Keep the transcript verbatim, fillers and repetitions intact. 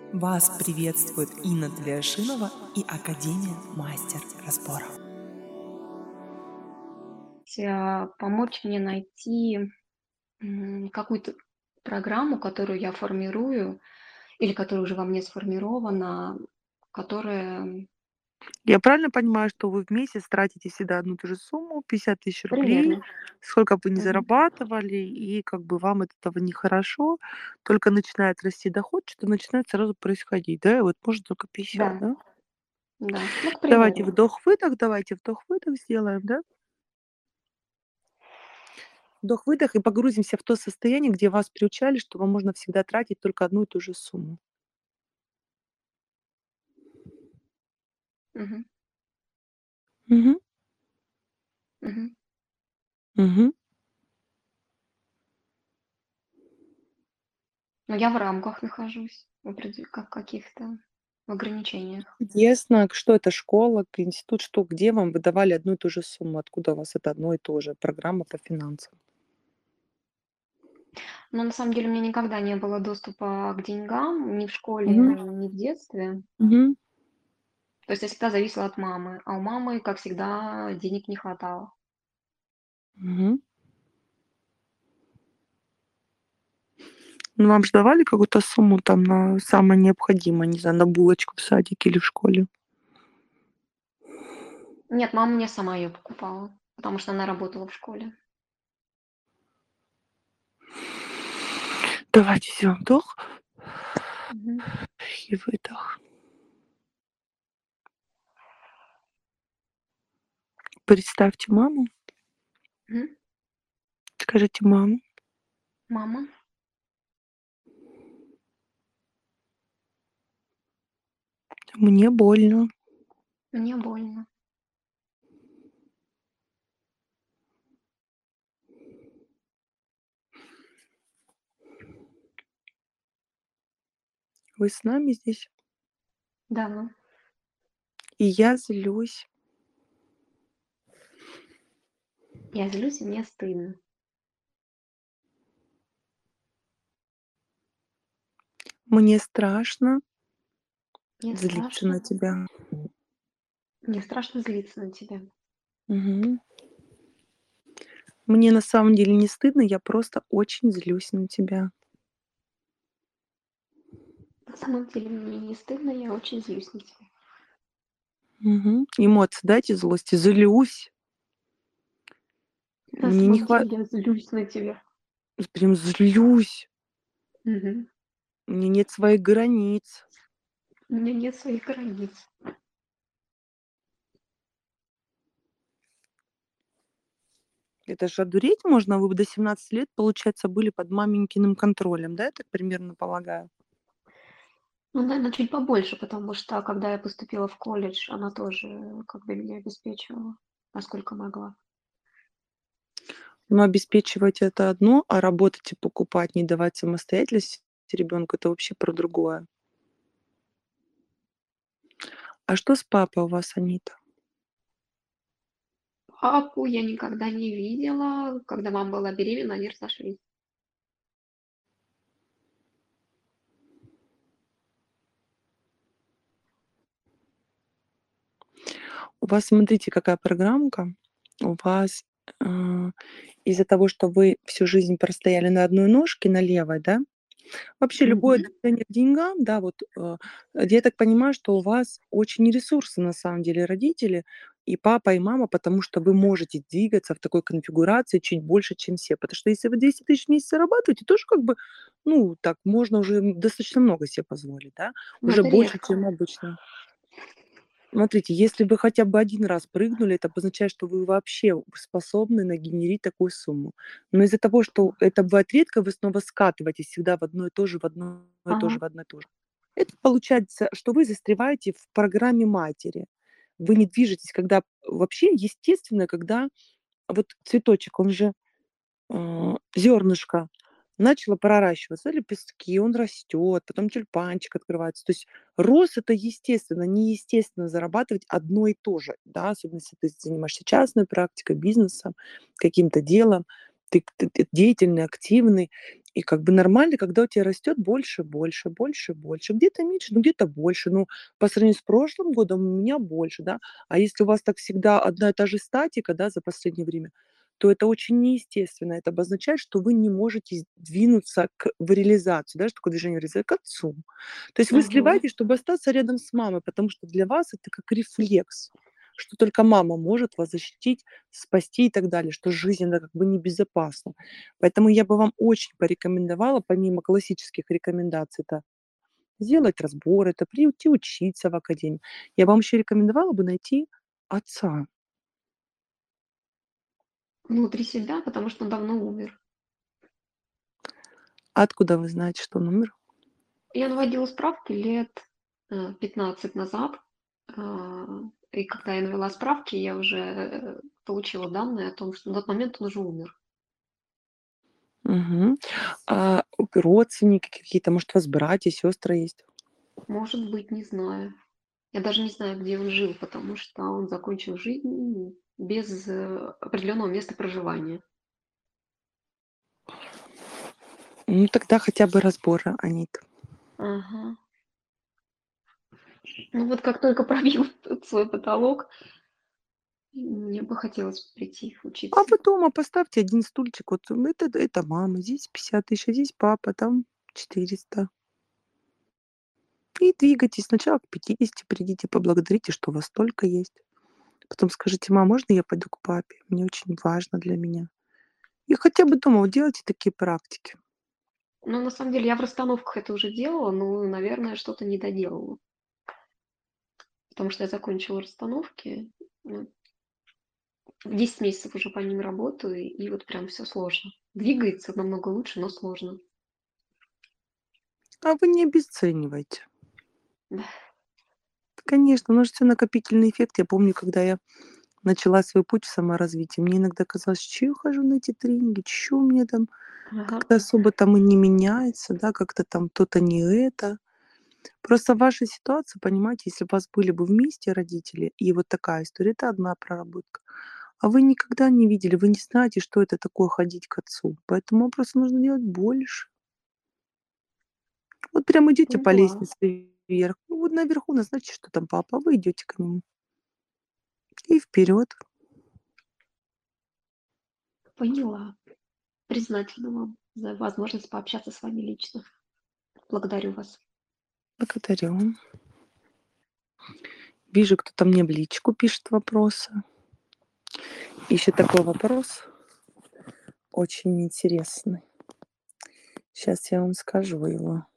Вас приветствует Инна Тлешинова и Академия Мастер Разборов. а, помочь мне найти м, какую-то программу, которую я формирую, или которая уже во мне сформирована, которая Я правильно понимаю, что вы в месяц тратите всегда одну и ту же сумму, пятьдесят тысяч рублей, примерно. сколько бы вы ни Мгм. зарабатывали, и как бы вам от этого нехорошо, только начинает расти доход, что-то начинает сразу происходить, да, и вот может только пятьдесят, Да, да? да, ну, к Давайте примеру. вдох-выдох, давайте вдох-выдох сделаем, да? Вдох-выдох и погрузимся в то состояние, где вас приучали, что вам можно всегда тратить только одну и ту же сумму. Мгм, Мгм. мгм. Мгм. Но я в рамках нахожусь, в опреде- как каких-то в ограничениях. Чудесно. Что это, школа, к институт, что, где вам выдавали одну и ту же сумму? Откуда у вас это одно и то же? Программа по финансам. Но на самом деле у меня никогда не было доступа к деньгам ни в школе, Мгм. ни в детстве. Мгм. То есть я всегда зависела от мамы, а у мамы, как всегда, денег не хватало. Мгм. Ну, вам же давали какую-то сумму там на самое необходимое, не знаю, на булочку в садике или в школе? Нет, мама мне сама ее покупала, потому что она работала в школе. Давайте сделаем вдох Мгм. и выдох. Представьте маму, Мгм. скажите: "Мама, Мама, мне больно. мне больно. Вы с нами здесь? Да, И я злюсь. я злюсь, и мне стыдно. Мне страшно Мне злиться страшно. на тебя". Мне страшно злиться на тебя. Мгм. Мне на самом деле не стыдно, я просто очень злюсь на тебя. На самом деле мне не стыдно, я очень злюсь на тебя. Мгм. Эмоции дайте злости. Злюсь. На Мне не самом деле хватает, я злюсь на тебя. прям злюсь. Мгм. У меня нет своих границ. У меня нет своих границ. Это же одуреть можно. Вы бы до семнадцати лет, получается, были под маменькиным контролем, да, я так примерно полагаю? Ну, наверное, чуть побольше, потому что, когда я поступила в колледж, она тоже как бы меня обеспечивала, насколько могла. Но обеспечивать — это одно, а работать и покупать, не давать самостоятельности ребенку — это вообще про другое. А что с папой у вас, Анита? Папу я никогда не видела. Когда мама была беременна, они разошлись. У вас, смотрите, какая программка. У вас, а, из-за того, что вы всю жизнь простояли на одной ножке, на левой, да? Вообще любое Мгм. движение к деньгам, да, вот, э, я так понимаю, что у вас очень ресурсы на самом деле родители, и папа, и мама, потому что вы можете двигаться в такой конфигурации чуть больше, чем все. Потому что если вы двести тысяч в месяц зарабатываете, тоже как бы, ну, так можно уже достаточно много себе позволить, да, Но уже это больше, редко. чем обычно. Смотрите, если вы хотя бы один раз прыгнули, это обозначает, что вы вообще способны нагенерить такую сумму. Но из-за того, что это бывает редко, вы снова скатываетесь всегда в одно и то же, в одно и то Ага. же, в одно и то же. Это получается, что вы застреваете в программе матери. Вы не движетесь, когда вообще естественно, когда вот цветочек, он же а, зернышко начало проращиваться, лепестки, он растет, потом тюльпанчик открывается. То есть рост — это естественно, неестественно зарабатывать одно и то же, да, особенно если ты занимаешься частной практикой, бизнесом, каким-то делом, ты, ты- ты деятельный, активный. И как бы нормально, когда у тебя растет больше, больше, больше, больше. Где-то меньше, ну где-то больше. Ну, по сравнению с прошлым годом у меня больше, да. А если у вас так всегда одна и та же статика, да, за последнее время, то это очень неестественно. Это обозначает, что вы не можете двинуться к в реализацию, да, что такое движение в реализацию? К отцу. То есть вы Мгм. сливаетесь, чтобы остаться рядом с мамой, потому что для вас это как рефлекс, что только мама может вас защитить, спасти и так далее, что жизнь, она как бы небезопасна. Поэтому я бы вам очень порекомендовала, помимо классических рекомендаций, это сделать разбор, это прийти учиться в академию. Я вам еще рекомендовала бы найти отца. Внутри себя, потому что он давно умер. А откуда вы знаете, что он умер? Я наводила справки лет, э, пятнадцать назад. А, и когда я навела справки, я уже, э, получила данные о том, что на тот момент он уже умер. Мгм. А родственники какие-то, может, у вас братья, сестры есть? Может быть, не знаю. Я даже не знаю, где он жил, потому что он закончил жизнь без, э, определенного места проживания. Ну, тогда хотя бы разбора, Анит. Ага. Ну вот как только пробил тот свой потолок, мне бы хотелось прийти А учиться. вы дома поставьте один стульчик. Вот м, это это мама, здесь пятьдесят тысяч, а здесь папа, там четыреста. И двигайтесь. Сначала к пятидесяти придите, поблагодарите, что у вас столько есть. Потом скажите: "Мам, можно я пойду к папе? Мне очень важно для меня". И хотя бы дома вот делайте такие практики. Ну, на самом деле, я в расстановках это уже делала, но, наверное, что-то не доделала. Потому что я закончила расстановки, ну, десять месяцев уже по ним работаю, и и вот прям все сложно. Двигается намного лучше, но сложно. А вы не обесценивайте. Да. Конечно, у нас же всё накопительный эффект. Я помню, когда я начала свой путь в саморазвитии, мне иногда казалось: "Чё я хожу на эти тренинги? Чё мне там Ага. как-то особо там и не меняется, да, как-то там то-то не это". Просто в вашей ситуации, понимаете, если у вас были бы вместе родители, и вот такая история, это одна проработка. А вы никогда не видели, вы не знаете, что это такое ходить к отцу. Поэтому вам просто нужно делать больше. Вот прям идете по Поняла, лестнице вверх. Ну вот наверху назначьте, что там папа, а вы идете к нему. И вперед. поняла. Признательна вам за возможность пообщаться с вами лично. Благодарю вас. Благодарю. Вижу, кто-то мне в личку пишет вопросы. Еще такой вопрос очень интересный. Сейчас я вам скажу его.